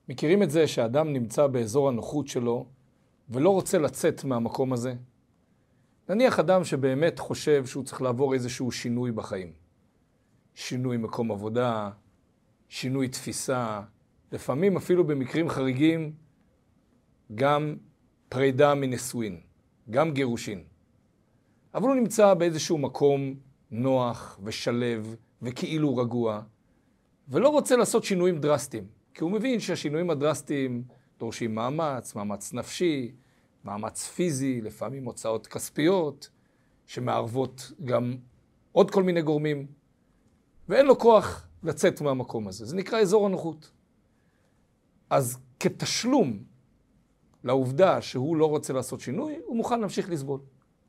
מכירים את זה שאדם נמצא באזור הנוחות שלו ולא רוצה לצאת מהמקום הזה? נניח אדם שבאמת חושב שהוא צריך לעבור איזשהו שינוי בחיים. שינוי מקום עבודה, שינוי תפיסה, לפעמים אפילו במקרים חריגים גם פרידה מנישואין, גם גירושין. אבל הוא נמצא באיזשהו מקום נוח ושלב וכאילו רגוע, ולא רוצה לעשות שינויים דרסטיים, כי הוא מבין שהשינויים הדרסטיים דורשים מאמץ נפשי, מאמץ פיזי, לפעמים הוצאות כספיות, שמערבות גם עוד כל מיני גורמים, ואין לו כוח לצאת מהמקום הזה. זה נקרא אזור הנוחות. אז כתשלום לעובדה שהוא לא רוצה לעשות שינוי, הוא מוכן להמשיך לסבול.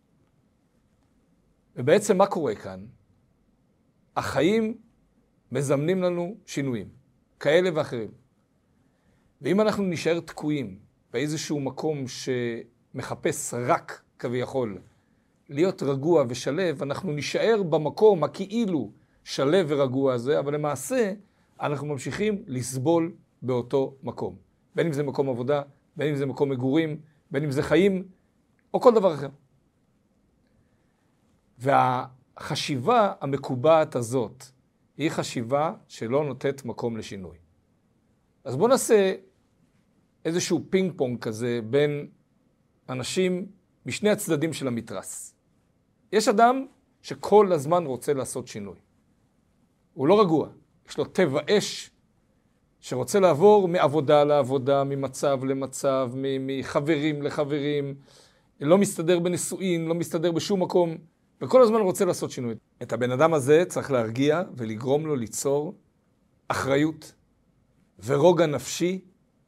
ובעצם מה קורה כאן? החיים מזמנים לנו שינויים, כאלה ואחרים. ואם אנחנו נשאר תקועים באיזשהו מקום שמחפש רק כביכול להיות רגוע ושלב, אנחנו נשאר במקום הכאילו שלב ורגוע הזה, אבל למעשה אנחנו ממשיכים לסבול באותו מקום. בין אם זה מקום עבודה, בין אם זה מקום מגורים, בין אם זה חיים, או כל דבר אחר. והחשיבה המקובעת הזאת היא חשיבה שלא נותנת מקום לשינוי. אז בואו נעשה איזשהו פינג פונג כזה בין אנשים משני הצדדים של המתרס. יש אדם שכל הזמן רוצה לעשות שינוי. הוא לא רגוע, יש לו טבע אש שרוצה לעבור מעבודה לעבודה, ממצב למצב, מחברים לחברים, לא מסתדר בנישואין, לא מסתדר בשום מקום, וכל הזמן רוצה לעשות שינוי. את הבן אדם הזה צריך להרגיע ולגרום לו ליצור אחריות ורוגע נפשי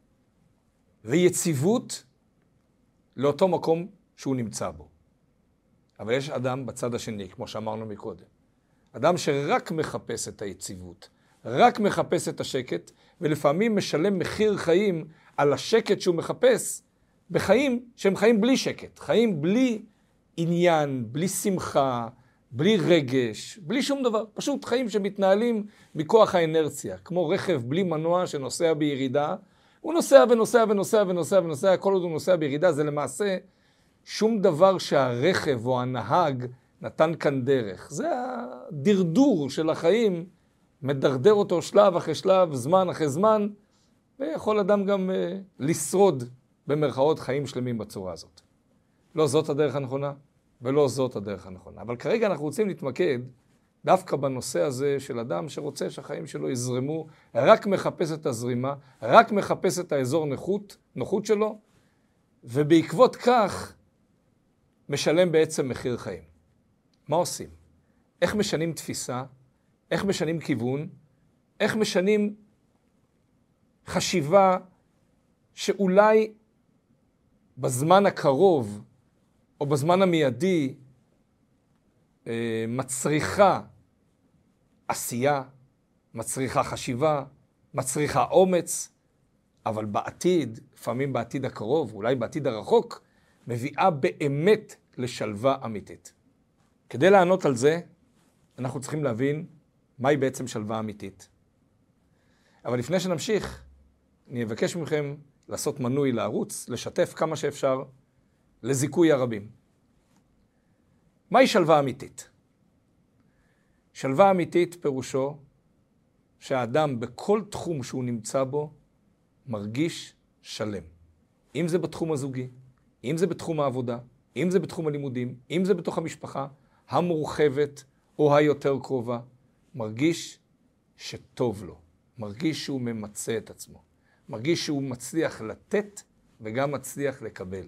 ויציבות לאותו מקום שהוא נמצא בו. אבל יש אדם בצד השני, כמו שאמרנו מקודם. אדם שרק מחפש את היציבות, רק מחפש את השקט, ולפעמים משלם מחיר חיים על השקט שהוא מחפש, בחיים שהם חיים בלי שקט, חיים בלי עניין, בלי שמחה, בלי רגש, בלי שום דבר. פשוט חיים שמתנהלים מכוח האנרציה, כמו רכב בלי מנוע שנוסע בירידה, הוא נוסע ונוסע ונוסע ונוסע ונוסע, כל עוד הוא נוסע בירידה, זה למעשה שום דבר שהרכב או הנהג נתן כאן דרך. זה הדרדור של החיים, מדרדר אותו שלב אחרי שלב, זמן אחרי זמן, ויכול אדם גם לשרוד במרכאות חיים שלמים בצורה הזאת. לא זאת הדרך הנכונה, ולא זאת הדרך הנכונה. אבל כרגע אנחנו רוצים להתמקד דווקא בנושא הזה של אדם שרוצה שהחיים שלו יזרמו, רק מחפש את הזרימה, רק מחפש את האזור נוחות שלו, ובעקבות כך משלם בעצם מחיר חיים. מה עושים? איך משנים תפיסה? איך משנים כיוון? איך משנים חשיבה שאולי בזמן הקרוב או בזמן המיידי מצריכה עשייה, מצריכה חשיבה, מצריכה אומץ, אבל בעתיד, לפעמים בעתיד הקרוב, אולי בעתיד הרחוק, מביאה באמת לשלווה אמיתית. כדי לענות על זה, אנחנו צריכים להבין מהי בעצם שלווה אמיתית. אבל לפני שנמשיך, אני אבקש מכם לעשות מנוי לערוץ, לשתף כמה שאפשר לזיכוי הרבים. מהי שלווה אמיתית? שלווה אמיתית פירושו שהאדם בכל תחום שהוא נמצא בו מרגיש שלם. אם זה בתחום הזוגי, אם זה בתחום העבודה, אם זה בתחום הלימודים, אם זה בתוך המשפחה המורחבת או היותר קרובה, מרגיש שטוב לו, מרגיש שהוא ממצא את עצמו, מרגיש שהוא מצליח לתת וגם מצליח לקבל.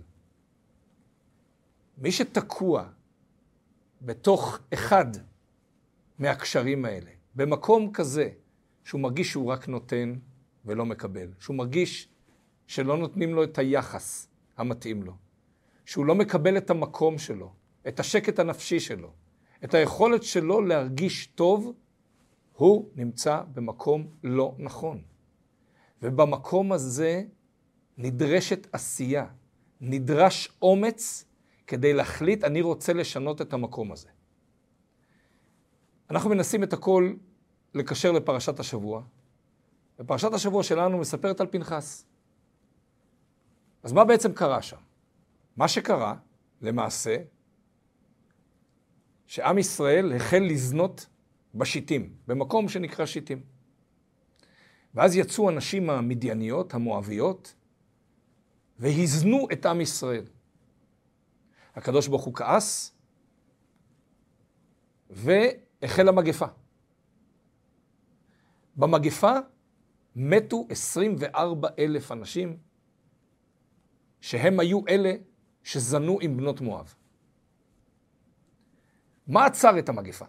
מי שתקוע בתוך אחד מהקשרים האלה, במקום כזה שהוא מרגיש שהוא רק נותן ולא מקבל, שהוא מרגיש שלא נותנים לו את היחס המתאים לו, שהוא לא מקבל את המקום שלו, את השקט הנפשי שלו, את היכולת שלו להרגיש טוב, הוא נמצא במקום לא נכון. ובמקום הזה נדרשת עשייה, נדרש אומץ כדי להחליט, אני רוצה לשנות את המקום הזה. אנחנו מנסים את הכל לקשר לפרשת השבוע, ופרשת השבוע שלנו מספרת על פנחס. אז מה בעצם קרה שם? מה שקרה, למעשה, שעם ישראל החל לזנות בשיטים, במקום שנקרא שיטים. ואז יצאו הנשים המדייניות, המואביות, והזנו את עם ישראל. הקדוש ברוך הוא כעס, והחלה מגפה. במגפה מתו 24,000 אנשים, שהם היו אלה שזנו עם בנות מואב. מה עצר את המגפה?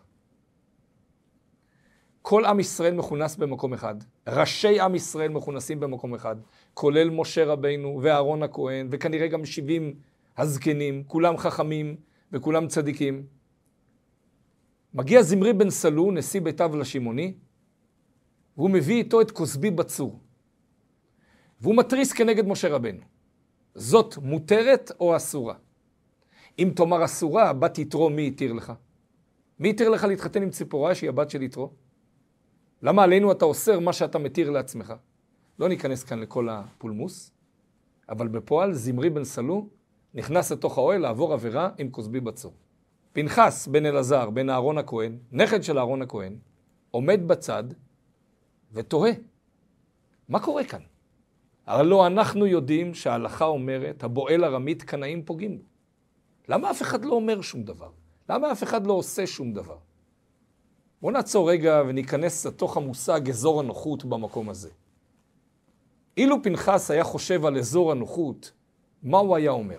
כל עם ישראל מכונס במקום אחד, ראשי עם ישראל מכונסים במקום אחד, כולל משה רבינו ואהרון הכהן, וכנראה גם 70 הזקנים, כולם חכמים וכולם צדיקים. מגיע זמרי בן סלו, נשיא בית אב לשמעוני, והוא מביא איתו את כוסבי בצור. והוא מתריס כנגד משה רבינו. זאת מותרת או אסורה? אם תאמר אסורה, בת יתרו, מי יתיר לך? מי יתיר לך להתחתן עם ציפורה שהיא הבת של יתרו? למה עלינו אתה אוסר מה שאתה מתיר לעצמך? לא ניכנס כאן לכל הפולמוס, אבל בפועל זמרי בן סלו נכנס לתוך האוהל לעבור עבירה עם כוסבי בצור. פנחס בן אלעזר, בן אהרון הכהן, נכד של אהרון הכהן, עומד בצד ותוהה. מה קורה כאן? הרי לא אנחנו יודעים שההלכה אומרת, הבועל ארמית קנאים פוגעים בו. למה אף אחד לא אומר שום דבר? למה אף אחד לא עושה שום דבר? בואו נעצור רגע וניכנס לתוך המושג אזור הנוחות במקום הזה. אילו פנחס היה חושב על אזור הנוחות, מה הוא היה אומר?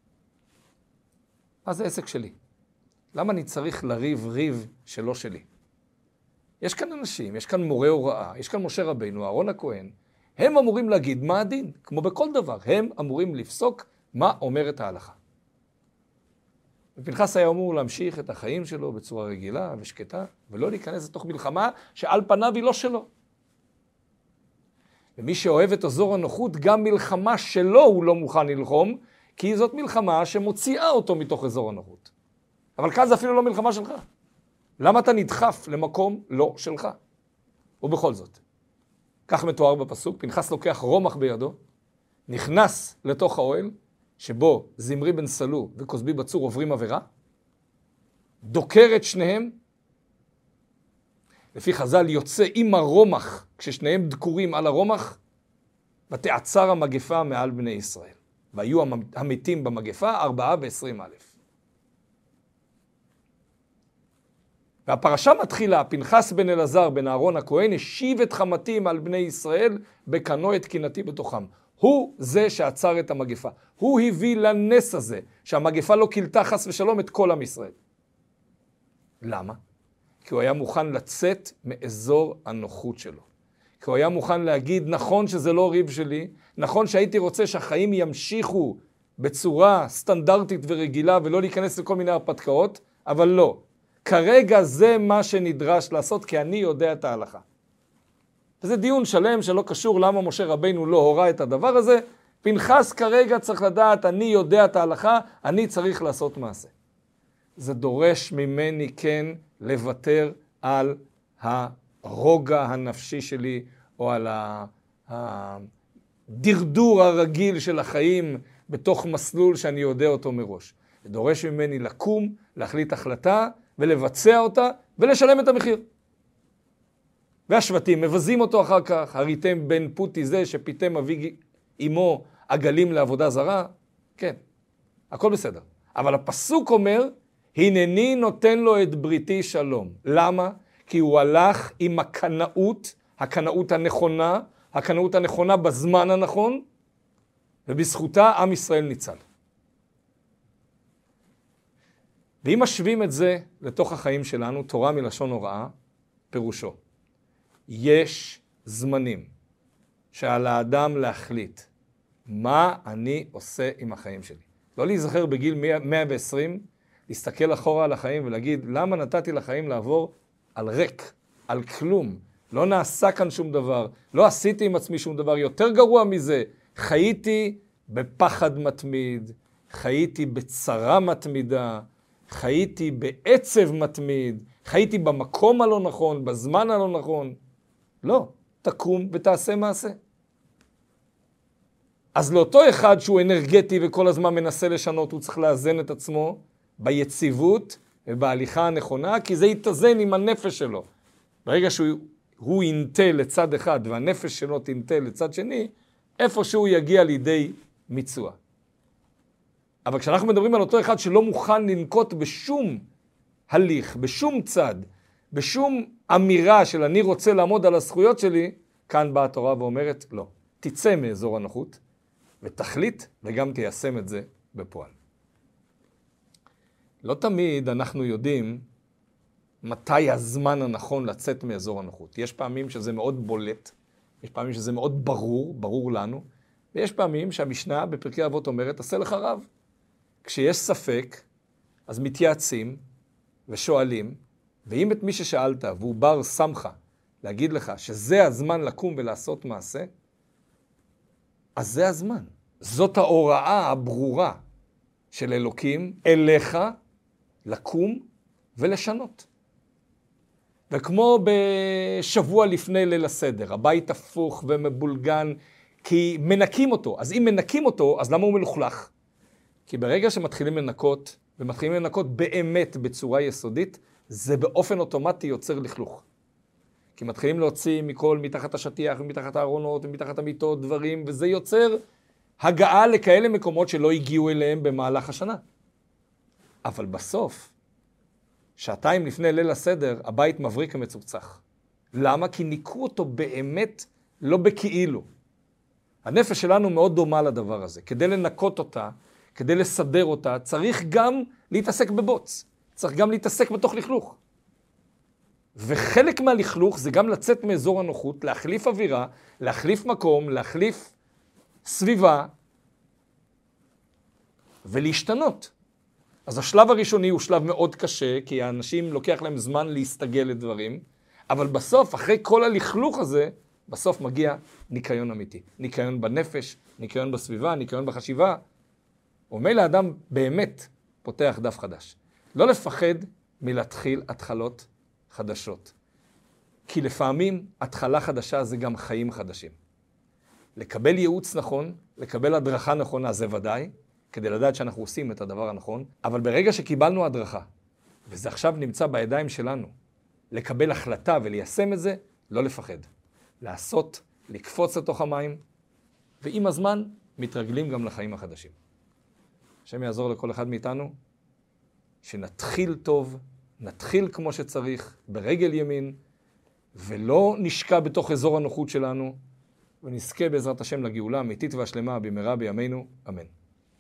מה זה עסק שלי? למה אני צריך לריב ריב שלא שלי? יש כאן אנשים, יש כאן מורה הוראה, יש כאן משה רבינו, אהרון הכהן, הם אמורים להגיד מה הדין, כמו בכל דבר, הם אמורים לפסוק מה אומרת ההלכה. ופנחס היה אמור להמשיך את החיים שלו בצורה רגילה ושקטה, ולא להיכנס לתוך מלחמה שעל פניו היא לא שלו. ומי שאוהב את אזור הנוחות, גם מלחמה שלו הוא לא מוכן ללחום, כי זאת מלחמה שמוציאה אותו מתוך אזור הנוחות. אבל כאן זה אפילו לא מלחמה שלך. למה אתה נדחף למקום לא שלך? ובכל זאת, כך מתואר בפסוק, פנחס לוקח רומח בידו, נכנס לתוך האוהל, שבו זמרי בן סלו וכוסבי בצור עוברים עבירה, דוקר את שניהם, לפי חז"ל יוצא עם הרומח, כששניהם דקורים על הרומח, ותעצר המגפה מעל בני ישראל. והיו המתים במגפה 420,000. והפרשה מתחילה, פנחס בן אלעזר בן אהרון הכהן השיב את חמתים על בני ישראל בקנו את קנאתי בתוכם. הוא זה שעצר את המגפה. הוא הביא לנס הזה שהמגפה לא קילתה חס ושלום את כל עם ישראל. למה? כי הוא היה מוכן לצאת מאזור הנוחות שלו. כי הוא היה מוכן להגיד, נכון שזה לא ריב שלי, נכון שהייתי רוצה שהחיים ימשיכו בצורה סטנדרטית ורגילה ולא להיכנס לכל מיני הרפתקאות, אבל לא. כרגע זה מה שנדרש לעשות, כי אני יודע את ההלכה. וזה דיון שלם שלא קשור למה משה רבינו לא הורה את הדבר הזה. פנחס כרגע צריך לדעת, אני יודע את ההלכה, אני צריך לעשות מעשה. זה דורש ממני כן לוותר על הרוגע הנפשי שלי, או על הדרדור הרגיל של החיים בתוך מסלול שאני יודע אותו מראש. זה דורש ממני לקום, להחליט החלטה, ולבצע אותה, ולשלם את המחיר. והשבטים מבזים אותו אחר כך, הריתם בן פוטי זה שפיתם אבי אמו עגלים לעבודה זרה, כן, הכל בסדר. אבל הפסוק אומר, הנני נותן לו את בריתי שלום. למה? כי הוא הלך עם הקנאות הנכונה בזמן הנכון, ובזכותה עם ישראל ניצל. ואם משווים את זה לתוך החיים שלנו, תורה מלשון הוראה, פירושו. יש זמנים שעל האדם להחליט מה אני עושה עם החיים שלי. לא להיזכר בגיל 120, להסתכל אחורה על החיים ולהגיד, למה נתתי לחיים לעבור על ריק, על כלום. לא נעשה כאן שום דבר, לא עשיתי עם עצמי שום דבר. יותר גרוע מזה, חייתי בפחד מתמיד, חייתי בצרה מתמידה, חייתי בעצב מתמיד, חייתי במקום הלא נכון, בזמן הלא נכון. לא, תקום ותעשה מעשה. אז לאותו אחד שהוא אנרגטי וכל הזמן מנסה לשנות, הוא צריך לאזן את עצמו ביציבות ובהליכה הנכונה, כי זה יתאזן עם הנפש שלו. ברגע שהוא ינטה לצד אחד והנפש שלו תנטה לצד שני, איפה שהוא יגיע לידי מיצוע. אבל כשאנחנו מדברים על אותו אחד שלא מוכן לנקוט בשום הליך, בשום צד, בשום אמירה של אני רוצה לעמוד על הזכויות שלי, כאן באה התורה ואומרת, לא, תצא מאזור הנוחות ותחליט וגם תיישם את זה בפועל. לא תמיד אנחנו יודעים מתי הזמן הנכון לצאת מאזור הנוחות. יש פעמים שזה מאוד בולט, יש פעמים שזה מאוד ברור לנו, ויש פעמים שהמשנה בפרקי אבות אומרת, עשה לך רב. כשיש ספק, אז מתייעצים ושואלים, ואם את מי ששאלת והוא בר שמחה להגיד לך שזה הזמן לקום ולעשות מעשה, אז זה הזמן. זאת ההוראה הברורה של אלוקים אליך לקום ולשנות. וכמו בשבוע לפני ליל הסדר, הבית הפוך ומבולגן, כי מנקים אותו. אז אם מנקים אותו, אז למה הוא מלוכלך? כי ברגע שמתחילים לנקות, ומתחילים לנקות באמת בצורה יסודית, זה באופן אוטומטי יוצר לכלוך. כי מתחילים להוציא מתחת השטיח ומתחת הארונות ומתחת המיטות דברים, וזה יוצר הגעה לכאלה מקומות שלא הגיעו אליהם במהלך השנה. אבל בסוף, שעתיים לפני ליל הסדר, הבית מבריק ומצוצח. למה? כי ניקו אותו באמת, לא בכאילו. הנפש שלנו מאוד דומה לדבר הזה. כדי לנקות אותה, כדי לסדר אותה, צריך גם להתעסק בבוץ. צריך גם להתעסק בתוך לכלוך. וחלק מהלכלוך זה גם לצאת מאזור הנוחות, להחליף אווירה, להחליף מקום, להחליף סביבה, ולהשתנות. אז השלב הראשוני הוא שלב מאוד קשה, כי האנשים לוקח להם זמן להסתגל לדברים, אבל בסוף, אחרי כל הלכלוך הזה, בסוף מגיע ניקיון אמיתי. ניקיון בנפש, ניקיון בסביבה, ניקיון בחשיבה. ומילא האדם באמת פותח דף חדש. לא לפחד מלהתחיל התחלות חדשות. כי לפעמים התחלה חדשה זה גם חיים חדשים. לקבל ייעוץ נכון, לקבל הדרכה נכונה, זה ודאי, כדי לדעת שאנחנו עושים את הדבר הנכון, אבל ברגע שקיבלנו הדרכה, וזה עכשיו נמצא בידיים שלנו, לקבל החלטה וליישם את זה, לא לפחד. לעשות, לקפוץ לתוך המים, ועם הזמן מתרגלים גם לחיים החדשים. השם יעזור לכל אחד מאיתנו, שנתחיל טוב, נתחיל כמו שצריך, ברגל ימין, ולא נשקע בתוך אזור הנוחות שלנו, ונזכה בעזרת השם לגאולה האמיתית והשלמה במהרה בימינו, אמן.